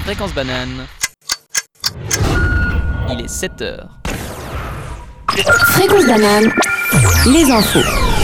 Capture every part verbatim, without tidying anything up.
Fréquence banane. Il est sept heures. Fréquence banane, les infos.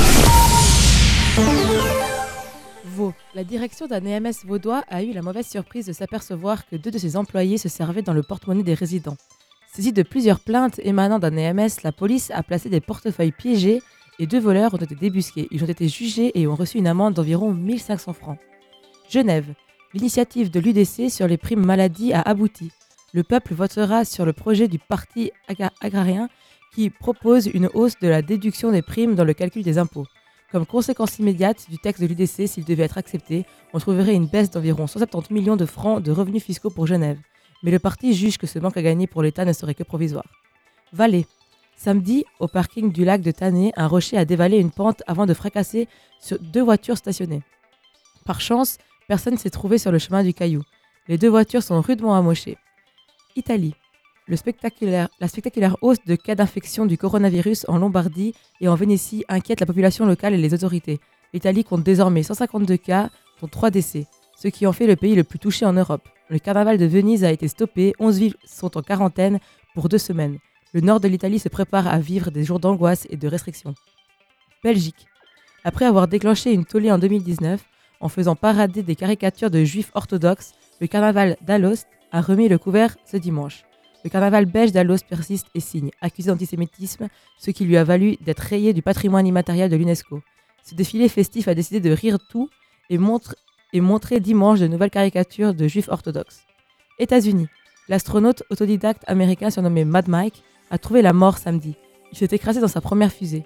Vaud. La direction d'un E M S vaudois a eu la mauvaise surprise de s'apercevoir que deux de ses employés se servaient dans le porte-monnaie des résidents. Saisie de plusieurs plaintes émanant d'un E M S, la police a placé des portefeuilles piégés et deux voleurs ont été débusqués. Ils ont été jugés et ont reçu une amende d'environ mille cinq cents francs. Genève. L'initiative de l'U D C sur les primes maladie a abouti. Le peuple votera sur le projet du Parti agra- agrarien qui propose une hausse de la déduction des primes dans le calcul des impôts. Comme conséquence immédiate du texte de l'U D C, s'il devait être accepté, on trouverait une baisse d'environ cent soixante-dix millions de francs de revenus fiscaux pour Genève. Mais le parti juge que ce manque à gagner pour l'État ne serait que provisoire. Valais. Samedi, au parking du lac de Tanay, un rocher a dévalé une pente avant de fracasser sur deux voitures stationnées. Par chance, personne ne s'est trouvé sur le chemin du caillou. Les deux voitures sont rudement amochées. Italie. Le spectaculaire, la spectaculaire hausse de cas d'infection du coronavirus en Lombardie et en Vénétie inquiète la population locale et les autorités. L'Italie compte désormais cent cinquante-deux cas, dont trois décès, ce qui en fait le pays le plus touché en Europe. Le carnaval de Venise a été stoppé, onze villes sont en quarantaine pour deux semaines. Le nord de l'Italie se prépare à vivre des jours d'angoisse et de restrictions. Belgique. Après avoir déclenché une tollée en deux mille dix-neuf, en faisant parader des caricatures de juifs orthodoxes, le carnaval d'Alost a remis le couvert ce dimanche. Le carnaval belge d'Alost persiste et signe, accusé d'antisémitisme, ce qui lui a valu d'être rayé du patrimoine immatériel de l'UNESCO. Ce défilé festif a décidé de rire tout et, montre, et montrer dimanche de nouvelles caricatures de juifs orthodoxes. États-Unis. L'astronaute autodidacte américain surnommé Mad Mike a trouvé la mort samedi. Il s'est écrasé dans sa première fusée.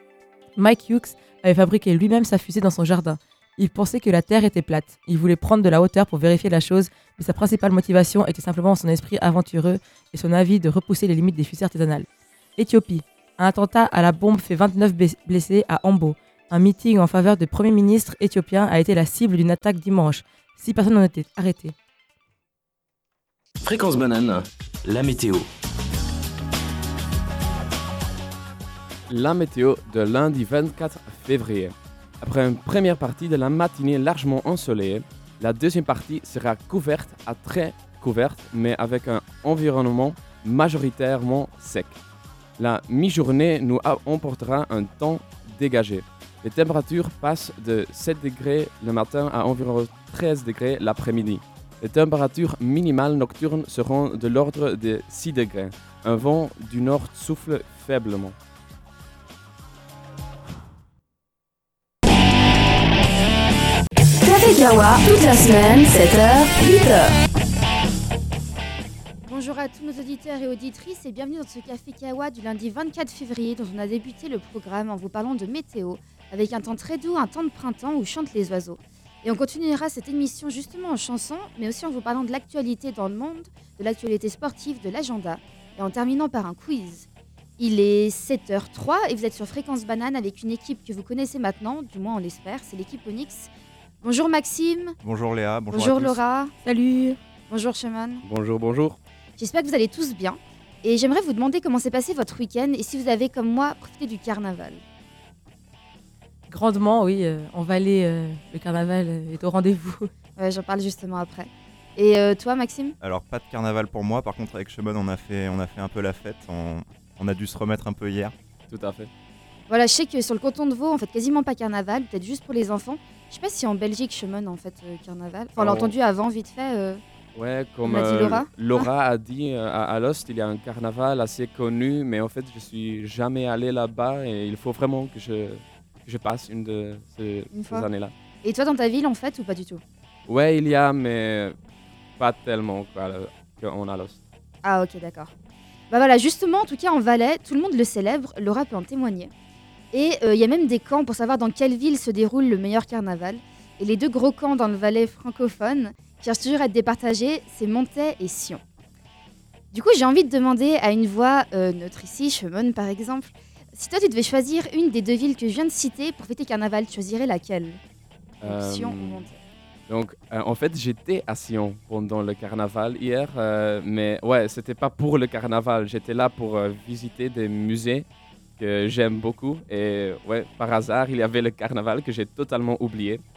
Mike Hughes avait fabriqué lui-même sa fusée dans son jardin. Il pensait que la Terre était plate. Il voulait prendre de la hauteur pour vérifier la chose, mais sa principale motivation était simplement son esprit aventureux et son envie de repousser les limites des fusées artisanales. Éthiopie. Un attentat à la bombe fait vingt-neuf blessés à Ambo. Un meeting en faveur du Premier ministre éthiopien a été la cible d'une attaque dimanche. Six personnes ont été arrêtées. Fréquence banane, la météo. La météo de lundi vingt-quatre février. Après une première partie de la matinée largement ensoleillée, la deuxième partie sera couverte à très couverte, mais avec un environnement majoritairement sec. La mi-journée nous emportera un temps dégagé. Les températures passent de sept degrés le matin à environ treize degrés l'après-midi. Les températures minimales nocturnes seront de l'ordre de six degrés. Un vent du nord souffle faiblement. Café Kawa, toute la semaine, sept heures, huit heures. Bonjour à tous nos auditeurs et auditrices et bienvenue dans ce Café Kawa du lundi vingt-quatre février dont on a débuté le programme en vous parlant de météo avec un temps très doux, un temps de printemps où chantent les oiseaux. Et on continuera cette émission justement en chanson mais aussi en vous parlant de l'actualité dans le monde, de l'actualité sportive, de l'agenda et en terminant par un quiz. Il est sept heures zéro trois et vous êtes sur Fréquence Banane avec une équipe que vous connaissez maintenant, du moins on l'espère, c'est l'équipe Onyx. Bonjour Maxime. Bonjour Léa, bonjour, Bonjour à tous. Laura. Salut. Bonjour Shimon. Bonjour, bonjour. J'espère que vous allez tous bien. Et j'aimerais vous demander comment s'est passé votre week-end et si vous avez, comme moi, profité du carnaval. Grandement, oui. Euh, en Valais, euh, le carnaval euh, est au rendez-vous. Ouais, j'en parle justement après. Et euh, toi Maxime ? Alors pas de carnaval pour moi, par contre avec Shimon on a fait, on a fait un peu la fête, on, on a dû se remettre un peu hier. Tout à fait. Voilà, je sais que sur le canton de Vaud, en fait, quasiment pas carnaval, peut-être juste pour les enfants. Je sais pas si en Belgique, Shimon, en fait, euh, carnaval. Enfin, on l'a Oh. entendu avant, vite fait. euh, Ouais, comme m'a dit euh, Laura. Laura a dit euh, à Alost, il y a un carnaval assez connu, mais en fait, je suis jamais allé là-bas et il faut vraiment que je, que je passe une de ces, Une ces fois. années-là. Et toi, dans ta ville, en fait, ou pas du tout ? Ouais, il y a, mais pas tellement quoi, le- qu'en Alost. Ah, ok, d'accord. Bah voilà, justement, en tout cas, en Valais, tout le monde le célèbre, Laura peut en témoigner. Et il y a même des camps pour savoir dans quelle ville se déroule le meilleur carnaval. Et les deux gros camps dans le Valais francophone, qui cherchent toujours à être départagés, c'est Montaix et Sion. Du coup, j'ai envie de demander à une voix euh, neutre ici, Shimon par exemple, si toi tu devais choisir une des deux villes que je viens de citer pour fêter carnaval, tu choisirais laquelle ? Donc, Euh, Sion ou Montaix ? Donc, euh, en fait, j'étais à Sion pendant le carnaval hier, euh, mais ouais, c'était pas pour le carnaval. J'étais là pour euh, visiter des musées que j'aime beaucoup. Et ouais, par hasard, il y avait le carnaval que j'ai totalement oublié.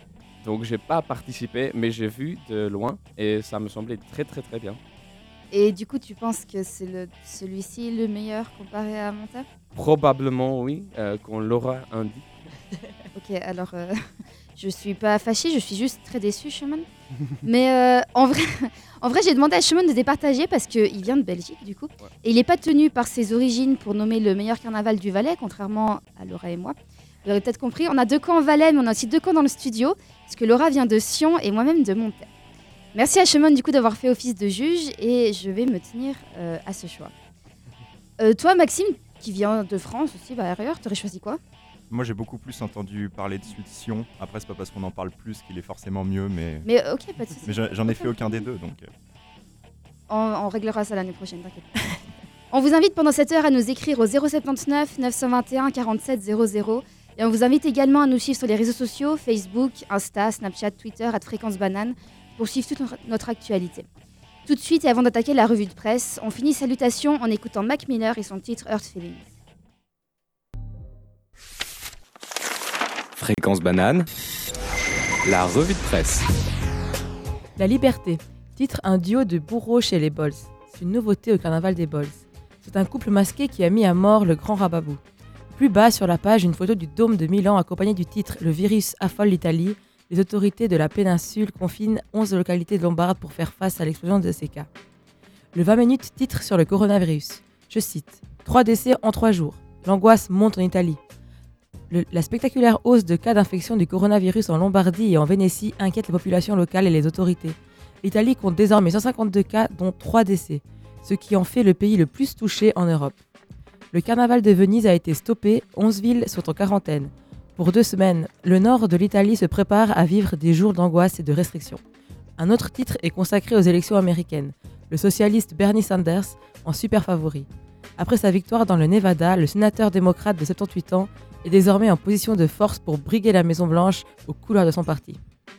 Donc j'ai pas participé, mais j'ai vu de loin et ça me semblait très très très bien. Et du coup, tu penses que c'est le, celui-ci le meilleur comparé à Monta? Probablement oui, euh, qu'on l'aura indiqué. Ok, alors euh, je suis pas fâchée, je suis juste très déçue, Shimon. Mais euh, en vrai, en vrai j'ai demandé à Shimon de départager parce qu'il vient de Belgique du coup. Ouais. Et il n'est pas tenu par ses origines pour nommer le meilleur carnaval du Valais, contrairement à Laura et moi. Vous l'aurez peut-être compris, on a deux camps en Valais, mais on a aussi deux camps dans le studio, parce que Laura vient de Sion et moi-même de Montaix. Merci à Shimon du coup d'avoir fait office de juge et je vais me tenir euh, à ce choix. Euh, toi Maxime, qui vient de France aussi, bah ailleurs, t'aurais choisi quoi? Moi j'ai beaucoup plus entendu parler de celui de Sion. Après c'est pas parce qu'on en parle plus qu'il est forcément mieux, mais, Mais euh, ok, pas de soucis. mais j'en j'en ai fait aucun des deux donc. euh. On, on réglera ça l'année prochaine, t'inquiète. On vous invite pendant cette heure à nous écrire au zéro sept neuf neuf cent vingt et un quarante-sept zéro zéro et on vous invite également à nous suivre sur les réseaux sociaux, Facebook, Insta, Snapchat, Twitter, à Fréquence Banane, pour suivre toute notre- notre actualité. Tout de suite et avant d'attaquer la revue de presse, on finit Salutations en écoutant Mac Miller et son titre Earth Feelings. Fréquence banane, la revue de presse. La Liberté, titre un duo de bourreaux chez les Bols. C'est une nouveauté au carnaval des Bols. C'est un couple masqué qui a mis à mort le grand Rababou. Plus bas sur la page, une photo du dôme de Milan accompagnée du titre Le virus affole l'Italie. Les autorités de la péninsule confinent onze localités lombardes pour faire face à l'explosion de ces cas. Le vingt minutes titre sur le coronavirus. Je cite trois décès en trois jours. L'angoisse monte en Italie. Le- la spectaculaire hausse de cas d'infection du coronavirus en Lombardie et en Vénétie inquiète la population locale et les autorités. L'Italie compte désormais cent cinquante-deux cas, dont trois décès, ce qui en fait le pays le plus touché en Europe. Le carnaval de Venise a été stoppé, onze villes sont en quarantaine. Pour deux semaines, le nord de l'Italie se prépare à vivre des jours d'angoisse et de restrictions. Un autre titre est consacré aux élections américaines. Le socialiste Bernie Sanders en super favori. Après sa victoire dans le Nevada, le sénateur démocrate de soixante-dix-huit ans est désormais en position de force pour briguer la Maison-Blanche aux couleurs de son parti.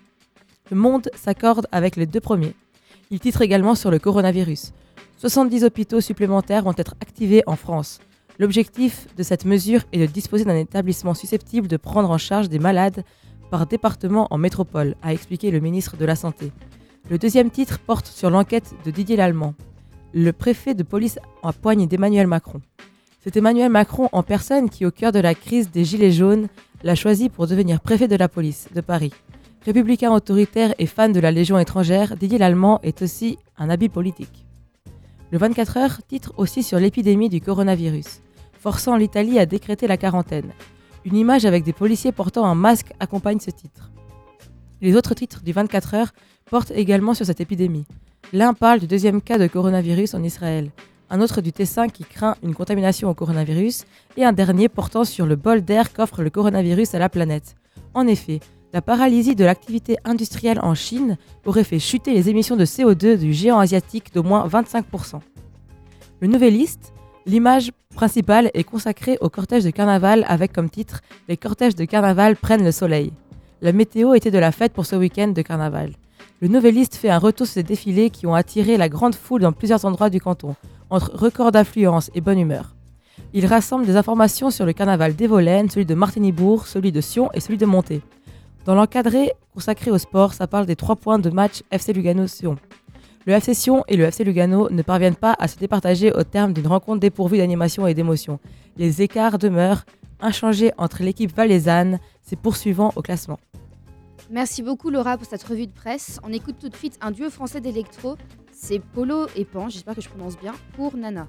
Le Monde s'accorde avec les deux premiers. Il titre également sur le coronavirus. soixante-dix hôpitaux supplémentaires vont être activés en France. L'objectif de cette mesure est de disposer d'un établissement susceptible de prendre en charge des malades par département en métropole, a expliqué le ministre de la Santé. Le deuxième titre porte sur l'enquête de Didier Lallemand, le préfet de police en poigne d'Emmanuel Macron. C'est Emmanuel Macron en personne qui, au cœur de la crise des Gilets jaunes, l'a choisi pour devenir préfet de la police de Paris. Républicain autoritaire et fan de la Légion étrangère, Didier Lallemand est aussi un habile politique. Le vingt-quatre heures titre aussi sur l'épidémie du coronavirus, forçant l'Italie à décréter la quarantaine. Une image avec des policiers portant un masque accompagne ce titre. Les autres titres du vingt-quatre heures portent également sur cette épidémie. L'un parle du deuxième cas de coronavirus en Israël, un autre du Tessin qui craint une contamination au coronavirus, et un dernier portant sur le bol d'air qu'offre le coronavirus à la planète. En effet, la paralysie de l'activité industrielle en Chine aurait fait chuter les émissions de C O deux du géant asiatique d'au moins vingt-cinq pour cent. Le Nouvelliste, l'image principale est consacrée au cortège de carnaval avec comme titre « Les cortèges de carnaval prennent le soleil ». La météo était de la fête pour ce week-end de carnaval. Le Nouvelliste fait un retour sur ces défilés qui ont attiré la grande foule dans plusieurs endroits du canton, entre records d'affluence et bonne humeur. Il rassemble des informations sur le carnaval d'Evolène, celui de Martigny-Bourg, celui de Sion et celui de Monté. Dans l'encadré consacré au sport, ça parle des trois points de match F C Lugano-Sion. Le F C Sion et le F C Lugano ne parviennent pas à se départager au terme d'une rencontre dépourvue d'animation et d'émotion. Les écarts demeurent inchangés entre l'équipe valaisanne, ses poursuivants au classement. Merci beaucoup Laura pour cette revue de presse. On écoute tout de suite un duo français d'électro. C'est Polo et Pan, j'espère que je prononce bien, pour Nana.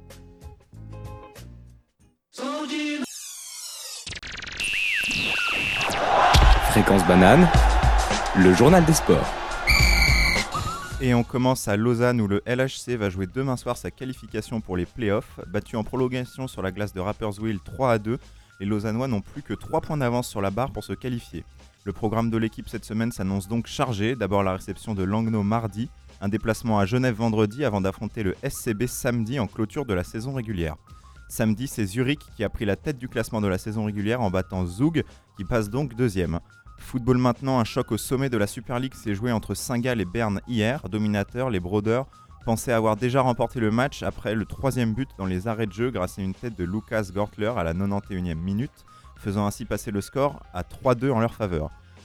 Fréquence banane, le journal des sports. Et on commence à Lausanne où le L H C va jouer demain soir sa qualification pour les playoffs. Battu en prolongation sur la glace de Rapperswil trois à deux, les Lausannois n'ont plus que trois points d'avance sur la barre pour se qualifier. Le programme de l'équipe cette semaine s'annonce donc chargé. D'abord la réception de Langnau mardi, un déplacement à Genève vendredi avant d'affronter le S C B samedi en clôture de la saison régulière. Samedi, c'est Zurich qui a pris la tête du classement de la saison régulière en battant Zug, qui passe donc deuxième. Football maintenant, un choc au sommet de la Super League s'est joué entre Saint-Gall et Berne hier. Dominateurs, les Brodeurs pensaient avoir déjà remporté le match après le troisième but dans les arrêts de jeu grâce à une tête de Lucas Gortler à la quatre-vingt-onze e minute, faisant ainsi passer le score à trois deux en leur faveur.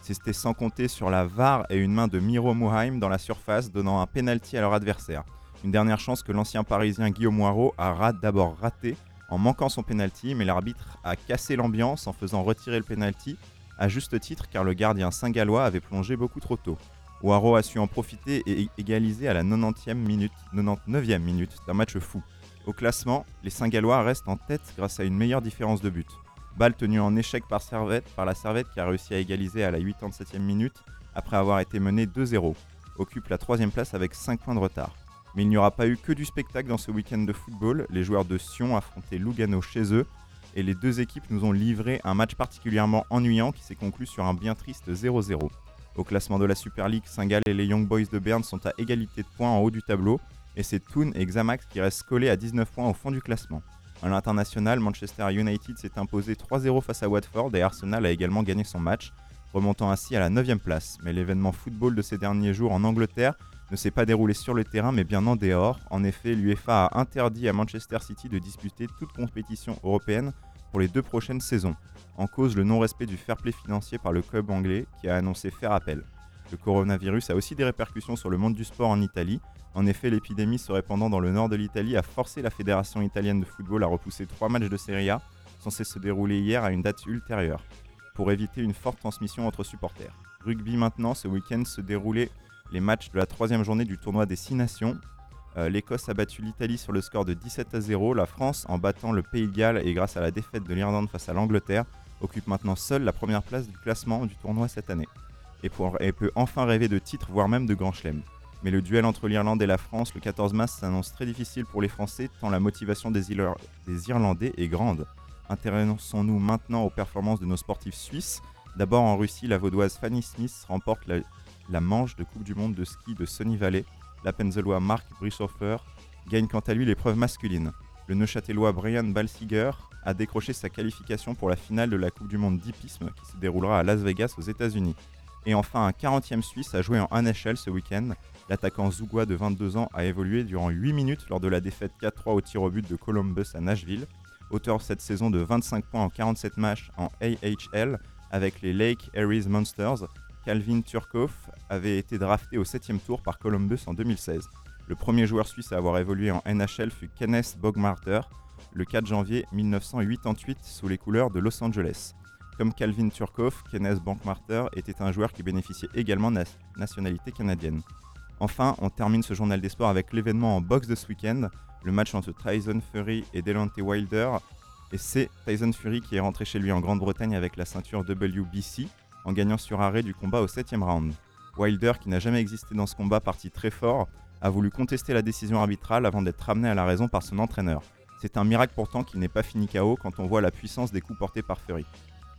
C'était sans compter sur la V A R et une main de Miro Muheim dans la surface, donnant un pénalty à leur adversaire. Une dernière chance que l'ancien parisien Guillaume Moirot a rat- d'abord raté en manquant son pénalty, mais l'arbitre a cassé l'ambiance en faisant retirer le pénalty, à juste titre car le gardien saint-gallois avait plongé beaucoup trop tôt. Moirot a su en profiter et égaliser à la quatre-vingt-dix-neuvième minute, quatre-vingt-dix-neuvième minute d'un match fou. Au classement, les Saint-Gallois restent en tête grâce à une meilleure différence de but. Balle tenue en échec par, Servette, par la Servette qui a réussi à égaliser à la quatre-vingt-septième minute après avoir été menée deux zéro. Occupe la troisième place avec cinq points de retard. Mais il n'y aura pas eu que du spectacle dans ce week-end de football. Les joueurs de Sion affrontaient Lugano chez eux et les deux équipes nous ont livré un match particulièrement ennuyant qui s'est conclu sur un bien triste zéro zéro. Au classement de la Super League, Saint-Gall et les Young Boys de Berne sont à égalité de points en haut du tableau et c'est Thun et Xamax qui restent collés à dix-neuf points au fond du classement. À l'international, Manchester United s'est imposé trois zéro face à Watford et Arsenal a également gagné son match, remontant ainsi à la neuvième place. Mais l'événement football de ces derniers jours en Angleterre ne s'est pas déroulé sur le terrain mais bien en dehors. En effet, l'UEFA a interdit à Manchester City de disputer toute compétition européenne pour les deux prochaines saisons. En cause, le non-respect du fair play financier par le club anglais qui a annoncé faire appel. Le coronavirus a aussi des répercussions sur le monde du sport en Italie. En effet, l'épidémie se répandant dans le nord de l'Italie a forcé la fédération italienne de football à repousser trois matchs de Serie A, censés se dérouler hier à une date ultérieure, pour éviter une forte transmission entre supporters. Rugby maintenant, ce week-end se déroulaient les matchs de la troisième journée du tournoi des Six Nations. Euh, L'Écosse a battu l'Italie sur le score de dix-sept à zéro. La France, en battant le Pays de Galles et grâce à la défaite de l'Irlande face à l'Angleterre, occupe maintenant seule la première place du classement du tournoi cette année. Et, pour, et peut enfin rêver de titres, voire même de grand chelem. Mais le duel entre l'Irlande et la France le quatorze mars s'annonce très difficile pour les Français tant la motivation des, Ir- des Irlandais est grande. Intéressons-nous maintenant aux performances de nos sportifs suisses. D'abord en Russie, la vaudoise Fanny Smith remporte la, la manche de Coupe du Monde de ski de Sunny Valley. L'Appenzellois Marc Brichhofer gagne quant à lui l'épreuve masculine. Le Neuchâtelois Brian Balsiger a décroché sa qualification pour la finale de la Coupe du Monde d'hippisme qui se déroulera à Las Vegas aux États-Unis. Et enfin, un quarantième Suisse a joué en N H L ce week-end. L'attaquant Zougois de vingt-deux ans a évolué durant huit minutes lors de la défaite quatre trois au tir au but de Columbus à Nashville. Auteur cette saison de vingt-cinq points en quarante-sept matchs en A H L avec les Lake Erie Monsters, Calvin Turcoff avait été drafté au septième tour par Columbus en deux mille seize. Le premier joueur suisse à avoir évolué en N H L fut Kenneth Bogmarter le quatre janvier mille neuf cent quatre-vingt-huit sous les couleurs de Los Angeles. Comme Calvin Turcoff, Kenneth Bogmarter était un joueur qui bénéficiait également de la nationalité canadienne. Enfin, on termine ce journal des sports avec l'événement en boxe de ce week-end, le match entre Tyson Fury et Deontay Wilder. Et c'est Tyson Fury qui est rentré chez lui en Grande-Bretagne avec la ceinture W B C en gagnant sur arrêt du combat au septième round. Wilder, qui n'a jamais existé dans ce combat, parti très fort, a voulu contester la décision arbitrale avant d'être ramené à la raison par son entraîneur. C'est un miracle pourtant qu'il n'ait pas fini K O quand on voit la puissance des coups portés par Fury.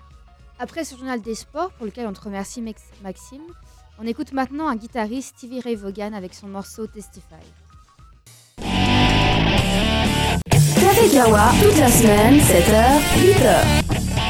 Après ce journal des sports, pour lequel on te remercie Maxime, on écoute maintenant un guitariste, Stevie Ray Vaughan, avec son morceau Testify. Café Kawa, toute la semaine, sept heures, huit heures.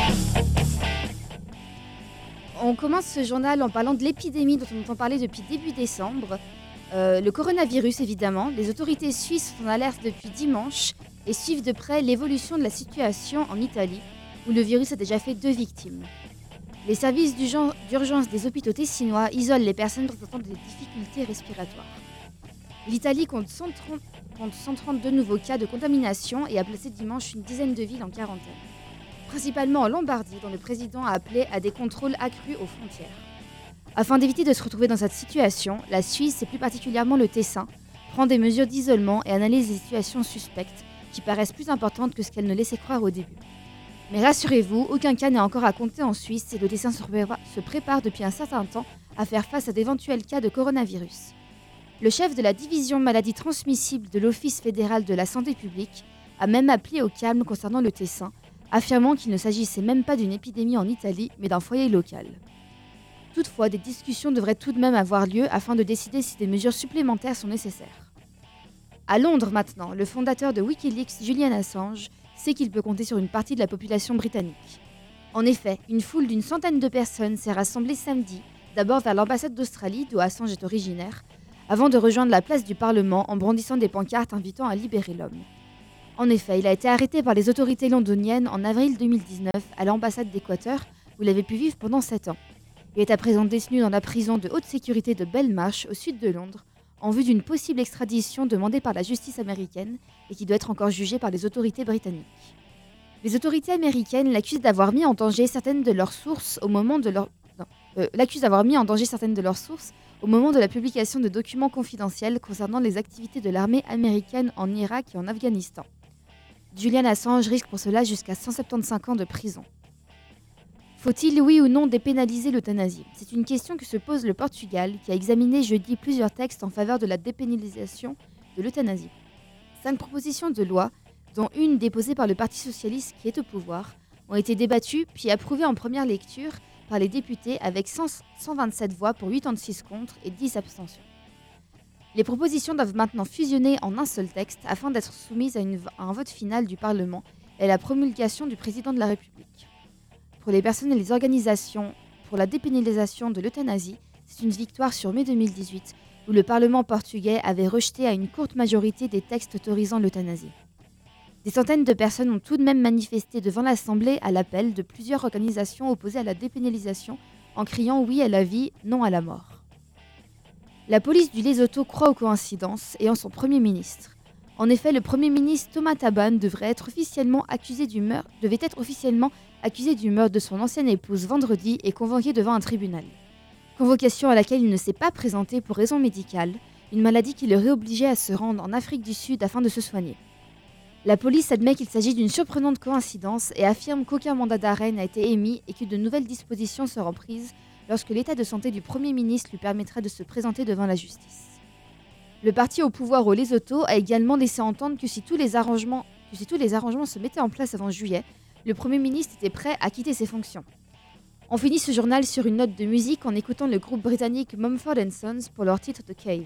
On commence ce journal en parlant de l'épidémie dont on entend parler depuis début décembre. Euh, le coronavirus, évidemment. Les autorités suisses sont en alerte depuis dimanche et suivent de près l'évolution de la situation en Italie, où le virus a déjà fait deux victimes. Les services d'urgence des hôpitaux tessinois isolent les personnes présentant des difficultés respiratoires. L'Italie compte cent trente, compte cent trente-deux nouveaux cas de contamination et a placé dimanche une dizaine de villes en quarantaine. Principalement en Lombardie, dont le président a appelé à des contrôles accrus aux frontières. Afin d'éviter de se retrouver dans cette situation, la Suisse, et plus particulièrement le Tessin, prend des mesures d'isolement et analyse les situations suspectes, qui paraissent plus importantes que ce qu'elle ne laissait croire au début. Mais rassurez-vous, aucun cas n'est encore à compter en Suisse et le Tessin se prépare, se prépare depuis un certain temps à faire face à d'éventuels cas de coronavirus. Le chef de la division maladies transmissibles de l'Office fédéral de la santé publique a même appelé au calme concernant le Tessin, affirmant qu'il ne s'agissait même pas d'une épidémie en Italie, mais d'un foyer local. Toutefois, des discussions devraient tout de même avoir lieu afin de décider si des mesures supplémentaires sont nécessaires. À Londres maintenant, le fondateur de Wikileaks, Julian Assange, sait qu'il peut compter sur une partie de la population britannique. En effet, une foule d'une centaine de personnes s'est rassemblée samedi, d'abord vers l'ambassade d'Australie, d'où Assange est originaire, avant de rejoindre la place du Parlement en brandissant des pancartes invitant à libérer l'homme. En effet, il a été arrêté par les autorités londoniennes en avril deux mille dix-neuf à l'ambassade d'Équateur, où il avait pu vivre pendant sept ans. Il est à présent détenu dans la prison de haute sécurité de Belmarsh, au sud de Londres, en vue d'une possible extradition demandée par la justice américaine et qui doit être encore jugée par les autorités britanniques. Les autorités américaines l'accusent d'avoir mis en danger certaines de leurs sources au moment de leur... non, euh, l'accusent d'avoir mis en danger certaines de leurs sources au moment de la publication de documents confidentiels concernant les activités de l'armée américaine en Irak et en Afghanistan. Julian Assange risque pour cela jusqu'à cent soixante-quinze ans de prison. Faut-il, oui ou non, dépénaliser l'euthanasie ? C'est une question que se pose le Portugal, qui a examiné jeudi plusieurs textes en faveur de la dépénalisation de l'euthanasie. Cinq propositions de loi, dont une déposée par le Parti socialiste qui est au pouvoir, ont été débattues puis approuvées en première lecture par les députés avec cent vingt-sept voix pour quatre-vingt-seize contre et dix abstentions. Les propositions doivent maintenant fusionner en un seul texte afin d'être soumises à, une, à un vote final du Parlement et à la promulgation du président de la République. Pour les personnes et les organisations pour la dépénalisation de l'euthanasie, c'est une victoire sur mai deux mille dix-huit, où le Parlement portugais avait rejeté à une courte majorité des textes autorisant l'euthanasie. Des centaines de personnes ont tout de même manifesté devant l'Assemblée à l'appel de plusieurs organisations opposées à la dépénalisation en criant oui à la vie, non à la mort. La police du Lesotho croit aux coïncidences et en son Premier ministre. En effet, le Premier ministre Thomas Thabane devrait être officiellement accusé du meurtre, devait être officiellement accusé du meurtre de son ancienne épouse vendredi et convoqué devant un tribunal. Convocation à laquelle il ne s'est pas présenté pour raison médicale, une maladie qui le réobligeait à se rendre en Afrique du Sud afin de se soigner. La police admet qu'il s'agit d'une surprenante coïncidence et affirme qu'aucun mandat d'arrêt n'a été émis et que de nouvelles dispositions seront prises lorsque l'état de santé du Premier ministre lui permettra de se présenter devant la justice. Le parti au pouvoir au Lesotho a également laissé entendre que si tous les arrangements, que si tous les arrangements se mettaient en place avant juillet, le Premier ministre était prêt à quitter ses fonctions. On finit ce journal sur une note de musique en écoutant le groupe britannique Mumford and Sons pour leur titre The Cave.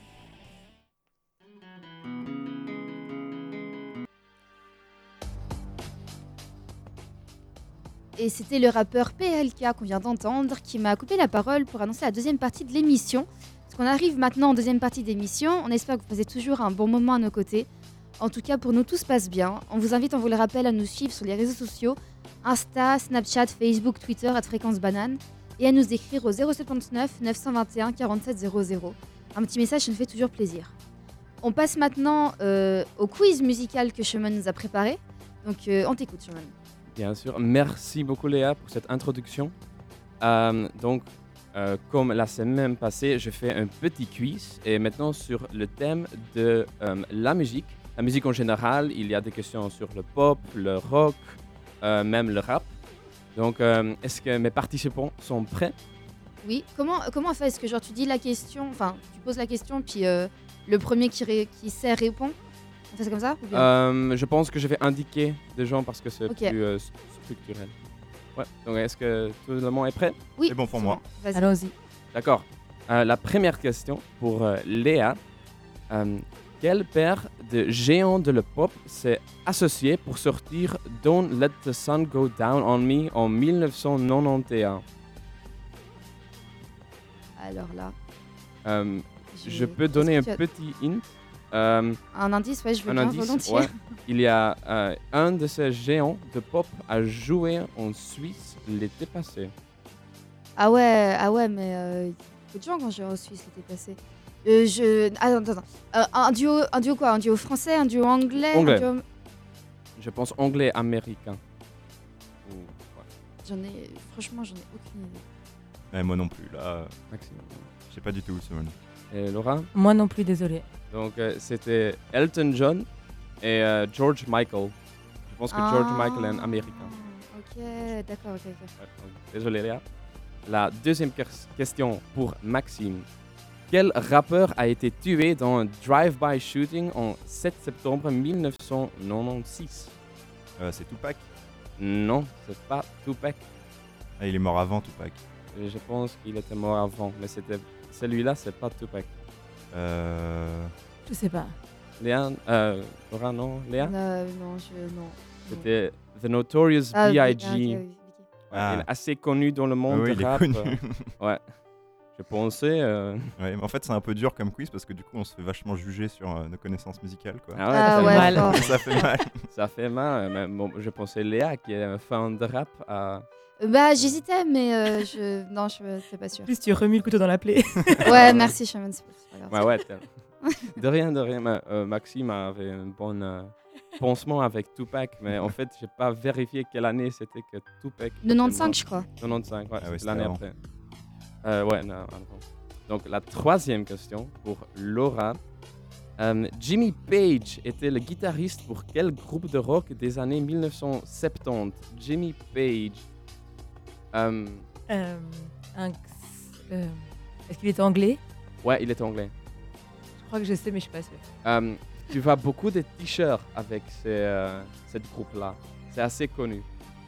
Et c'était le rappeur P L K qu'on vient d'entendre qui m'a coupé la parole pour annoncer la deuxième partie de l'émission. Parce qu'on arrive maintenant en deuxième partie d'émission, on espère que vous passez toujours un bon moment à nos côtés. En tout cas, pour nous, tout se passe bien. On vous invite, on vous le rappelle, à nous suivre sur les réseaux sociaux, Insta, Snapchat, Facebook, Twitter, à Fréquence Banane, et à nous écrire au zéro soixante-neuf neuf cent vingt et un quarante-sept zéro zéro. Un petit message, ça nous fait toujours plaisir. On passe maintenant euh, au quiz musical que Shimon nous a préparé. Donc, euh, on t'écoute, Shimon. Bien sûr, merci beaucoup Léa pour cette introduction. Euh, donc, euh, comme la semaine passée, je fais un petit quiz et maintenant sur le thème de euh, la musique. La musique en général, il y a des questions sur le pop, le rock, euh, même le rap. Donc, euh, est-ce que mes participants sont prêts ? Oui, comment, comment on fait ? Est-ce que genre tu dis la question, enfin tu poses la question puis euh, le premier qui, ré- qui sait répond ? On fait ça comme ça ou bien euh, Je pense que je vais indiquer des gens parce que c'est Ok. plus euh, structurel. Ouais. Donc, est-ce que tout le monde est prêt ? Oui, c'est bon pour moi. Vas-y. Allons-y. D'accord. Euh, la première question pour euh, Léa. Euh, quel père de géant de la pop s'est associé pour sortir Don't Let the Sun Go Down on Me en dix-neuf cent quatre-vingt-onze ? Alors là, Euh, je, je peux donner un est-ce que tu as petit hint. Euh, un indice, ouais, je veux un bien indice, volontiers. ouais. Il y a euh, un de ces géants de pop a joué en Suisse l'été passé. Ah ouais, ah ouais, mais euh, beaucoup de gens quand j'ai en Suisse l'été passé. Euh, je, ah, attends, attends. Euh, un duo, un duo quoi ? Un duo français, un duo anglais, un Anglais. duo- Je pense anglais-américain. Ou- ouais, J'en ai, franchement, j'en ai aucune idée. Eh, moi non plus, là, euh, maximum. je sais pas du tout où Simone. Et Laura ? Moi non plus, désolé. Donc euh, c'était Elton John et euh, George Michael. Je pense que George Ah, Michael est un américain. Ok, d'accord, ok, ok. Ouais, donc, désolé Léa. La deuxième ques- question pour Maxime. Quel rappeur a été tué dans un drive-by shooting en sept septembre dix-neuf cent quatre-vingt-seize ? Euh, c'est Tupac. Non, c'est pas Tupac. Ah, il est mort avant Tupac. Euh, Je pense qu'il était mort avant, mais c'était celui-là, c'est pas Tupac. Euh... Je sais pas. Léa, euh, Laura, non, Léa, Euh, non, je, non. non. c'était The Notorious Ah, B oui, I ah, G ok, oui, ok. Ouais, Ah. il est assez connu dans le Ah monde oui, du il est rap. connu. euh, ouais. Je pensais. euh, Ouais, mais en fait, c'est un peu dur comme quiz parce que du coup, on se fait vachement juger sur euh, nos connaissances musicales, quoi. Ah ouais, Ah ça, ouais, fait mal. fort. Ça fait mal. ça fait mal. Mais bon, je pensais Léa, qui est un fan de rap, à Euh, Bah, j'hésitais, mais euh, je... non, je suis pas sûre. En plus, tu remues le couteau dans la plaie. Ouais, merci, Shaman. C'est pas grave. Ouais, ouais. t'as- De rien, de rien. Ma- euh, Maxime avait un bon euh, pansement avec Tupac, mais en fait, j'ai pas vérifié quelle année c'était que Tupac. était quatre-vingt-quinze, mort. je crois. quatre-vingt-quinze, ouais, Ah ouais, c'est l'année c'était après. Euh, ouais, non, avant. Donc, la troisième question pour Laura. Euh, Jimmy Page était le guitariste pour quel groupe de rock des années mille neuf cent soixante-dix? Jimmy Page. Euh, Euh, un... euh, Est-ce qu'il est anglais? ouais, il est anglais. Je crois que je sais, mais je suis pas sûre. Euh, tu vois beaucoup de t-shirts avec ce euh, cette groupe-là. C'est assez connu.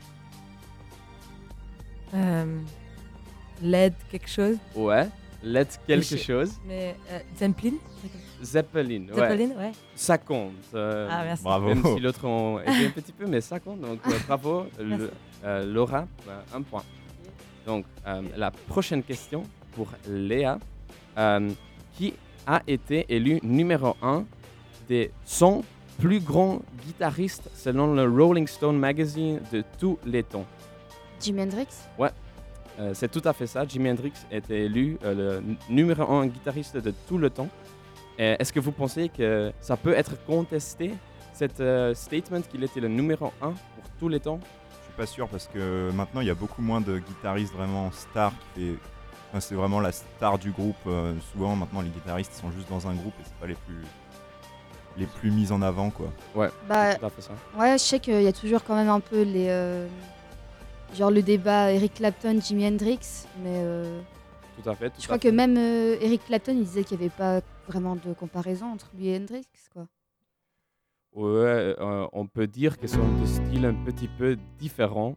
Euh, Led quelque chose. Ouais. Let's quelque Je- chose. Mais euh, Zeppelin. Zeppelin, ouais. Zeppelin, ouais. Ça compte. euh, Ah, merci. Bravo. Même si l'autre ont aidé un petit peu, mais ça compte. Donc euh, bravo, le- euh, Laura, euh, un point. Donc euh, la prochaine question pour Léa. Euh, qui a été élu numéro un des cent plus grands guitaristes selon le Rolling Stone Magazine de tous les temps? Jimi Hendrix. Euh, c'est tout à fait ça. Jimi Hendrix était élu euh, le n- numéro un guitariste de tout le temps. Euh, Est-ce que vous pensez que ça peut être contesté, cette euh, statement qu'il était le numéro un pour tous les temps? Je suis pas sûr parce que maintenant il y a beaucoup moins de guitaristes vraiment stars qui fait. Enfin, c'est vraiment la star du groupe. euh, souvent maintenant les guitaristes sont juste dans un groupe et c'est pas les plus les plus mis en avant quoi. Bah, C'est tout à fait ça. ouais, je sais qu'il y a toujours quand même un peu les. euh, Genre le débat Eric Clapton, Jimi Hendrix, mais euh, Tout à fait. tout je à crois fait. que même euh, Eric Clapton, il disait qu'il n'y avait pas vraiment de comparaison entre lui et Hendrix, quoi. Ouais, euh, on peut dire que sont de styles un petit peu différents.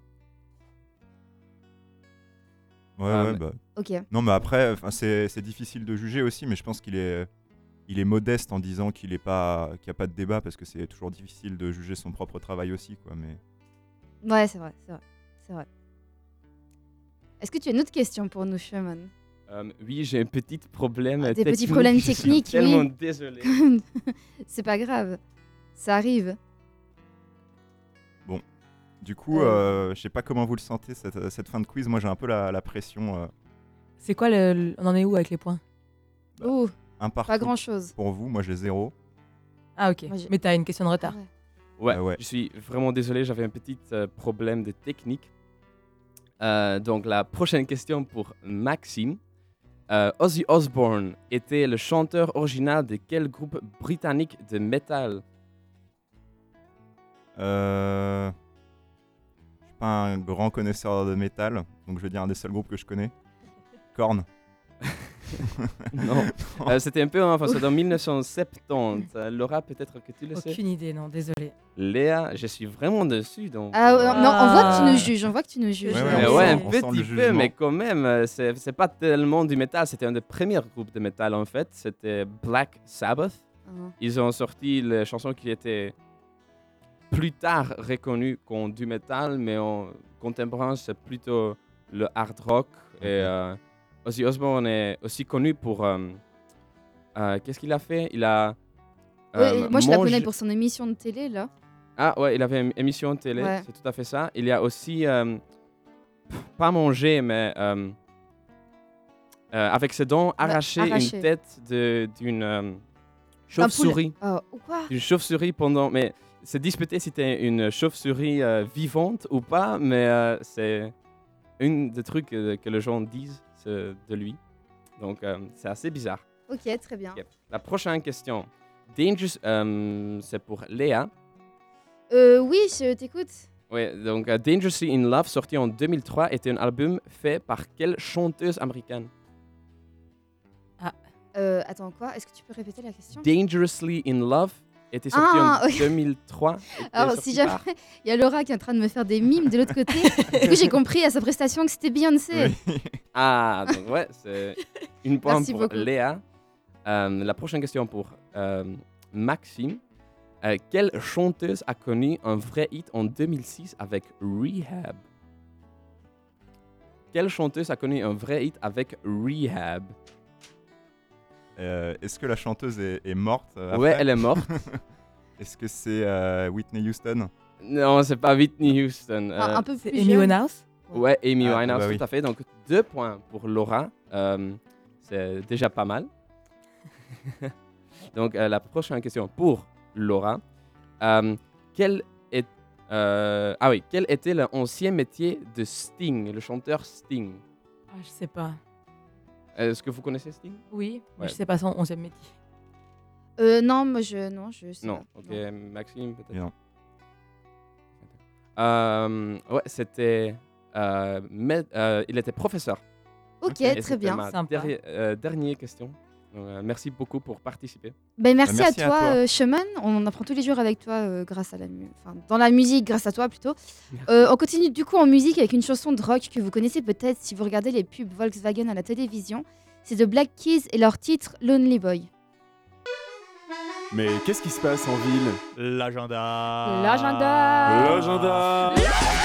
Ouais Ah, ouais mais- bah. Ok. Non mais après enfin, c'est c'est difficile de juger aussi mais je pense qu'il est il est modeste en disant qu'il est pas qu'il y a pas de débat parce que c'est toujours difficile de juger son propre travail aussi quoi mais. Ouais, c'est vrai, c'est vrai, c'est vrai. Est-ce que tu as une autre question pour nous, Shaman? Euh, oui, j'ai un petit problème Ah, des technique. petits problèmes Je suis techniques, tellement oui. désolé. C'est pas grave, ça arrive. Du coup Euh. euh, je sais pas comment vous le sentez cette, cette fin de quiz moi j'ai un peu la, la pression euh, C'est quoi le, le- On en est où avec les points? Bah, Oh, un partout pas grand chose. pour vous moi j'ai zéro. Ah, ok. Moi, j'ai- Mais t'as une question de retard. Ouais, Ah ouais. je suis vraiment désolé, j'avais un petit euh, problème de technique. Euh, donc la prochaine question pour Maxime. Euh, Ozzy Osbourne était le chanteur original de quel groupe britannique de métal? Euh... Je suis pas un grand connaisseur de métal, donc je vais dire un des seuls groupes que je connais. Korn. Non. Euh, C'était un peu, enfin, c'est en mille neuf cent soixante-dix. Euh, Laura, peut-être que tu le sais. Aucune idée, non, désolé. Léa, je suis vraiment dessus. Donc, Ah, ouais, euh, non, on voit que tu Ah. nous juges, on voit que tu nous juges. Ouais, Mais on ouais, sent- un on sent le petit peu, jugement. mais quand même, euh, c'est c'est pas tellement du métal. C'était un des premiers groupes de métal en fait. C'était Black Sabbath. Ah. Ils ont sorti les chansons qui étaient plus tard reconnues comme du métal, mais en contemporain, c'est plutôt le hard rock. Et euh, Ozzy Osbourne est aussi connu pour. euh, euh, Qu'est-ce qu'il a fait? Il a. Ouais, euh, moi, je la mangé- connais pour son émission de télé, là. Ah ouais, il avait une émission de télé, Ouais. c'est tout à fait ça. Il y a aussi, euh, pas mangé, mais euh, euh, avec ses dents, arraché, arraché. une tête de- d'une euh, chauve-souris. Oh, ou quoi? Une chauve-souris pendant... Mais c'est disputé si c'était une chauve-souris euh, vivante ou pas, mais euh, c'est un des trucs que, que les gens disent c'est de lui. Donc euh, c'est assez bizarre. Ok, très bien. Ok. La prochaine question. Dangerous, euh, c'est pour Léa. Euh, oui, je t'écoute. Oui, donc euh, Dangerously in Love, sorti en deux mille trois, était un album fait par quelle chanteuse américaine? Euh, attends, quoi? Est-ce que tu peux répéter la question? Dangerously in Love était sorti Ah, en ok. deux mille trois. était Alors, sorti si jamais par- il y a Laura qui est en train de me faire des mimes de l'autre côté, du coup, j'ai compris à sa prestation que c'était Beyoncé. Oui. Ah, donc ouais, c'est une point Merci pour beaucoup. Léa. Euh, la prochaine question pour euh, Maxime. Euh, quelle chanteuse a connu un vrai hit en deux mille six avec Rehab? Quelle chanteuse a connu un vrai hit avec Rehab? Euh, Est-ce que la chanteuse est, est morte euh, Ouais, après elle est morte. Est-ce que c'est euh, Whitney Houston? Non, c'est pas Whitney Houston. Enfin, Euh, un peu C'est plus Amy jeune. Winehouse? Ouais, Amy Ah, Winehouse, bah tout oui. à fait. Donc, deux points pour Laura. Euh, c'est déjà pas mal. Donc, euh, la prochaine question pour Laura. Euh, quel, est, euh, ah oui, quel était l'ancien métier de Sting, le chanteur Sting? Ah, je sais pas. Est-ce que vous connaissez Sting? Oui, mais Ouais. je sais pas son onzième métier. Euh, non, moi je. Non, je sais Non, pas. ok, Non. Maxime peut-être. Non. Euh, ouais, c'était. euh, mais- euh, il était professeur. Ok, Et très c'était bien. ma Sympa. derri- euh, dernière question. Donc, euh, merci beaucoup pour participer. Ben, merci, Bah, merci à à toi, toi. euh, Schumann. On apprend tous les jours avec toi euh, grâce à la mu- enfin, dans la musique, grâce à toi plutôt. Euh, on continue du coup en musique avec une chanson de rock que vous connaissez peut-être si vous regardez les pubs Volkswagen à la télévision. C'est de Black Keys et leur titre Lonely Boy. Mais qu'est-ce qui se passe en ville? L'agenda. L'agenda. L'agenda.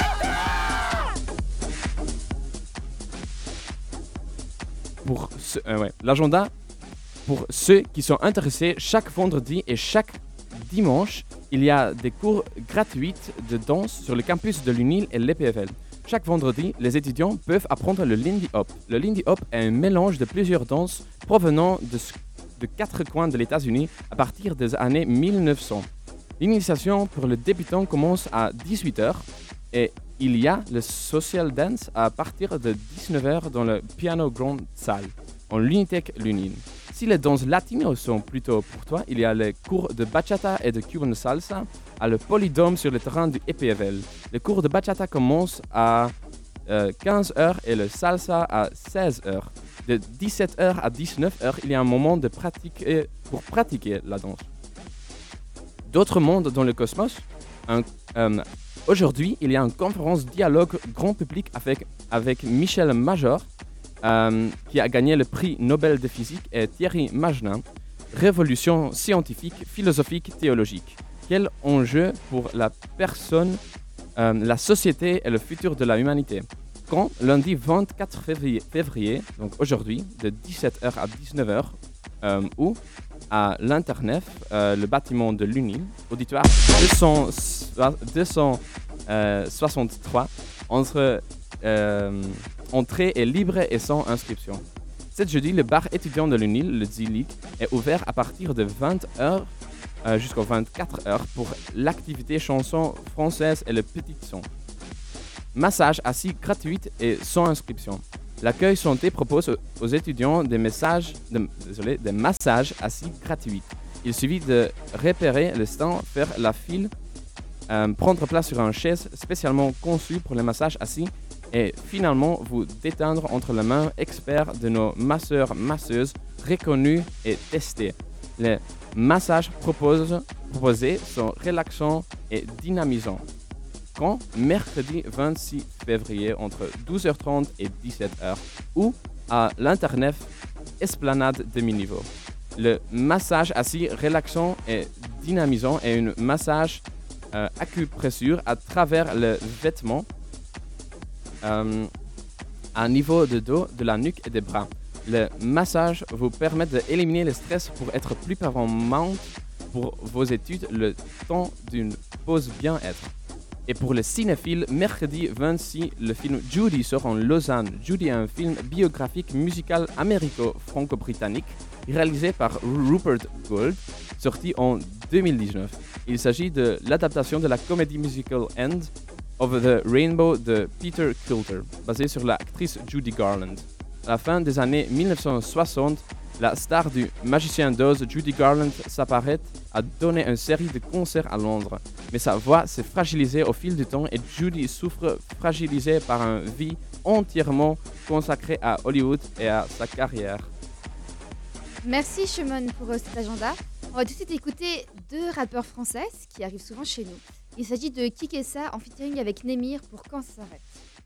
Pour ce- euh, ouais, l'agenda, pour ceux qui sont intéressés, chaque vendredi et chaque dimanche, il y a des cours gratuits de danse sur le campus de l'U N I L et l'E P F L. Chaque vendredi, les étudiants peuvent apprendre le Lindy Hop. Le Lindy Hop est un mélange de plusieurs danses provenant de, s- de quatre coins de l'États-Unis à partir des années mille neuf cents. L'initiation pour le débutant commence à dix-huit heures et il y a le social dance à partir de dix-neuf heures dans le Piano Grande Salle, en l'Unitec Lunine. Si les danses latino sont plutôt pour toi, il y a les cours de bachata et de Cuban salsa à le Polydome sur le terrain du E P F L. Les cours de bachata commencent à euh, quinze heures et le salsa à seize heures. De dix-sept heures à dix-neuf heures, il y a un moment de pratique pour pratiquer la danse. D'autres mondes dans le cosmos. Un, euh, Aujourd'hui, il y a une conférence dialogue grand public avec, avec Michel Major, euh, qui a gagné le prix Nobel de physique, et Thierry Magnin, Révolution scientifique, philosophique, théologique. Quel enjeu pour la personne, euh, la société et le futur de la humanité? Quand, lundi vingt-quatre février, février donc aujourd'hui, de dix-sept heures à dix-neuf heures, euh, ou à l'Internet, euh, le bâtiment de l'U N I L, auditoire deux cent soixante-trois, entre, euh, entrée est libre et sans inscription. Cet jeudi, le bar étudiant de l'U N I L, le Zilik, est ouvert à partir de vingt heures euh, jusqu'à vingt-quatre heures pour l'activité chanson française et le petit son. Massage assis gratuit et sans inscription. L'accueil santé propose aux étudiants des, messages, de, désolé, des massages assis gratuits. Il suffit de repérer le stand, faire la file, euh, prendre place sur une chaise spécialement conçue pour les massages assis et finalement vous détendre entre les mains experts de nos masseurs masseuses reconnus et testés. Les massages proposent, proposés sont relaxants et dynamisants. Quand? Mercredi vingt-six février entre douze heures trente et dix-sept heures ou à l'Internet Esplanade de Miniveau. Le massage assis relaxant et dynamisant est un massage euh, acupressure à travers le vêtement euh, à niveau de dos, de la nuque et des bras. Le massage vous permet d'éliminer le stress pour être plus performant pour vos études le temps d'une pause bien-être. Et pour les cinéphiles, mercredi vingt-six, le film Judy sort en Lausanne. Judy est un film biographique musical américo-franco-britannique réalisé par Rupert Gould, sorti en deux mille dix-neuf. Il s'agit de l'adaptation de la comédie musicale End of the Rainbow de Peter Coulter, basée sur l'actrice Judy Garland. À la fin des années mille neuf cent soixante, la star du Magicien d'Oz, Judy Garland, s'apprête à donner une série de concerts à Londres. Mais sa voix s'est fragilisée au fil du temps et Judy souffre fragilisée par une vie entièrement consacrée à Hollywood et à sa carrière. Merci Schumann pour euh, cet agenda. On va tout de suite écouter deux rappeurs françaises qui arrivent souvent chez nous. Il s'agit de Kikessa en featuring avec Némir pour Quand ça s'arrête.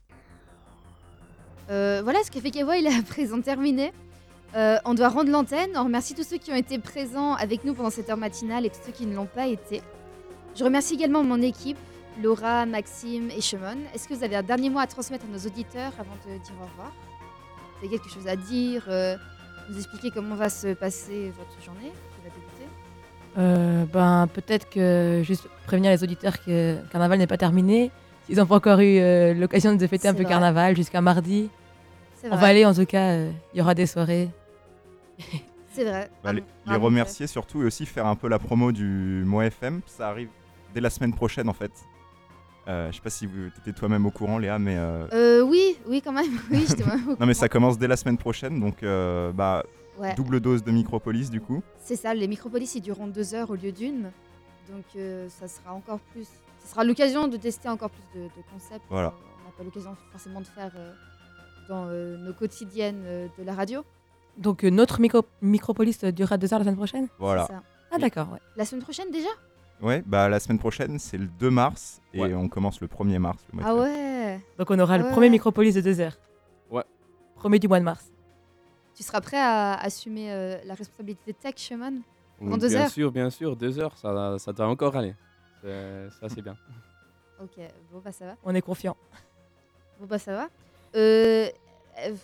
Euh, voilà, ce Café Kawa il est à présent terminé. Euh, on doit rendre l'antenne. On remercie tous ceux qui ont été présents avec nous pendant cette heure matinale et tous ceux qui ne l'ont pas été. Je remercie également mon équipe, Laura, Maxime et Schumann. Est-ce que vous avez un dernier mot à transmettre à nos auditeurs avant de dire au revoir? Vous avez quelque chose à dire, euh, nous expliquer comment va se passer votre journée qui va débuter? Euh, ben, peut-être que juste prévenir les auditeurs que le carnaval n'est pas terminé, Ils n'ont pas encore eu euh, l'occasion de fêter un C'est peu vrai. carnaval jusqu'à mardi. C'est On vrai. va aller en tout cas, euh, il y aura des soirées. C'est vrai. Bah, Ah les, bon, les ah bon, remercier surtout et aussi faire un peu la promo du mois F M. Ça arrive dès la semaine prochaine en fait. Euh, je sais pas si vous étiez toi-même au courant, Léa, mais euh, Euh, oui, oui, quand même. Oui, j'étais vraiment au non mais ça courant. commence dès la semaine prochaine, donc euh, bah Ouais. double dose de Micropolis du coup. C'est ça, les micropolis ils dureront deux heures au lieu d'une. Donc euh, ça sera encore plus. Ça sera l'occasion de tester encore plus de, de concepts. Voilà. qu'on- On n'a pas l'occasion forcément de faire euh, dans euh, nos quotidiennes euh, de la radio. Donc euh, notre micro- micropolis euh, durera deux heures la semaine prochaine. Voilà. C'est ça. Ah d'accord, ouais. La semaine prochaine déjà Ouais, bah la semaine prochaine c'est le deux mars et Ouais. on commence le premier mars. Le mois Ah de ouais. Donc on aura Ah le ouais, premier ouais. micropolis de deux heures. Ouais. Premier du mois de mars. Tu seras prêt à assumer euh, la responsabilité tech, Shimon Pendant Oui, deux bien heures sûr, bien sûr, deux heures, ça, ça doit encore aller. C'est- Ça, c'est bien. Ok, bon bah ça va. On est confiant. Bon bah ça va. Euh, euh,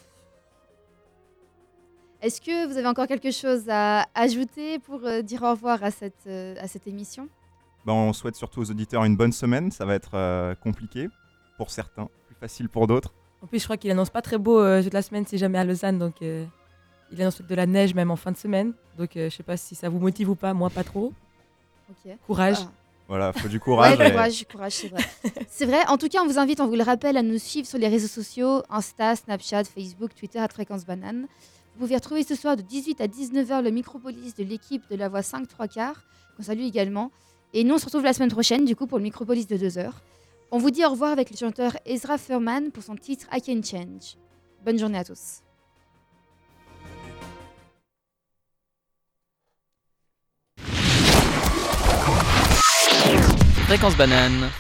Est-ce que vous avez encore quelque chose à ajouter pour euh, dire au revoir à cette, euh, à cette émission Bah, on souhaite surtout aux auditeurs une bonne semaine. Ça va être euh, compliqué pour certains, plus facile pour d'autres. En plus, je crois qu'il annonce pas très beau euh, toute la semaine si jamais à Lausanne, donc euh, il annonce de la neige même en fin de semaine. Donc euh, je sais pas si ça vous motive ou pas, moi pas trop. Ok. Courage. Ah. Voilà, faut du courage. Ouais, et- courage, courage, c'est vrai. C'est vrai. En tout cas, on vous invite, on vous le rappelle, à nous suivre sur les réseaux sociaux Insta, Snapchat, Facebook, Twitter, à Fréquence Banane. Vous pouvez retrouver ce soir de dix-huit à dix-neuf heures le Micropolis de l'équipe de la Voix cinq trois quarts, qu'on salue également. Et nous, on se retrouve la semaine prochaine, du coup, pour le Micropolis de deux heures. On vous dit au revoir avec le chanteur Ezra Furman pour son titre I Can Change. Bonne journée à tous. Fréquence banane.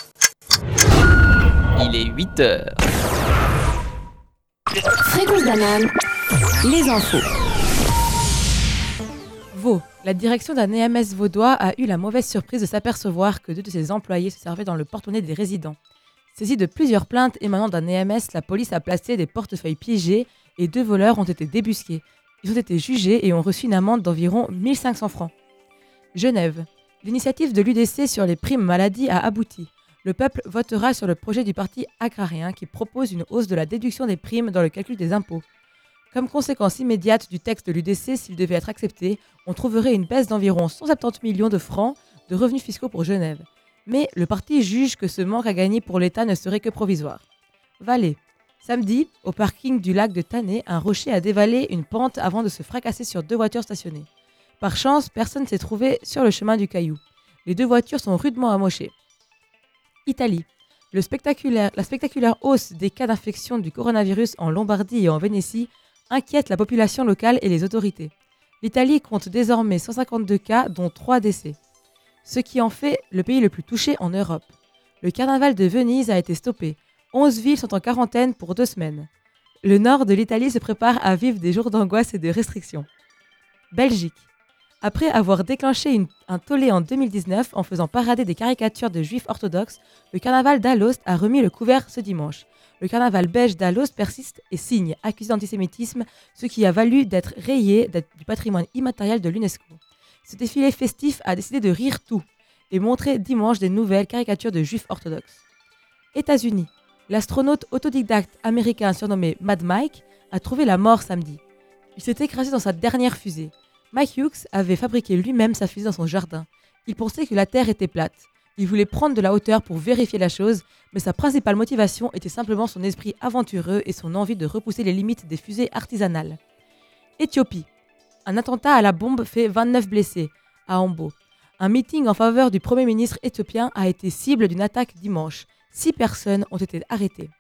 Il est huit heures. Fréquence banane, les infos. Vaud. La direction d'un E M S vaudois a eu la mauvaise surprise de s'apercevoir que deux de ses employés se servaient dans le porte-monnaie des résidents. Saisie de plusieurs plaintes émanant d'un E M S, la police a placé des portefeuilles piégés et deux voleurs ont été débusqués. Ils ont été jugés et ont reçu une amende d'environ mille cinq cents francs. Genève. L'initiative de l'U D C sur les primes maladie a abouti. Le peuple votera sur le projet du parti agrarien qui propose une hausse de la déduction des primes dans le calcul des impôts. Comme conséquence immédiate du texte de l'U D C, s'il devait être accepté, on trouverait une baisse d'environ cent soixante-dix millions de francs de revenus fiscaux pour Genève. Mais le parti juge que ce manque à gagner pour l'État ne serait que provisoire. Valais. Samedi, au parking du lac de Tanay, un rocher a dévalé une pente avant de se fracasser sur deux voitures stationnées. Par chance, personne ne s'est trouvé sur le chemin du caillou. Les deux voitures sont rudement amochées. Italie. Le spectaculaire, la spectaculaire hausse des cas d'infection du coronavirus en Lombardie et en Vénétie inquiète la population locale et les autorités. L'Italie compte désormais cent cinquante-deux cas, dont trois décès, ce qui en fait le pays le plus touché en Europe. Le carnaval de Venise a été stoppé. onze villes sont en quarantaine pour deux semaines. Le nord de l'Italie se prépare à vivre des jours d'angoisse et de restrictions. Belgique. Après avoir déclenché une- un tollé en deux mille dix-neuf en faisant parader des caricatures de juifs orthodoxes, le carnaval d'Alost a remis le couvert ce dimanche. Le carnaval belge d'Alost persiste et signe, accusé d'antisémitisme, ce qui a valu d'être rayé d'être du patrimoine immatériel de l'UNESCO. Ce défilé festif a décidé de rire tout et montrer dimanche des nouvelles caricatures de juifs orthodoxes. États-Unis. L'astronaute autodidacte américain surnommé Mad Mike a trouvé la mort samedi. Il s'est écrasé dans sa dernière fusée. Mike Hughes avait fabriqué lui-même sa fusée dans son jardin. Il pensait que la Terre était plate. Il voulait prendre de la hauteur pour vérifier la chose, mais sa principale motivation était simplement son esprit aventureux et son envie de repousser les limites des fusées artisanales. Éthiopie. Un attentat à la bombe fait vingt-neuf blessés, à Ambo. Un meeting en faveur du Premier ministre éthiopien a été cible d'une attaque dimanche. Six personnes ont été arrêtées.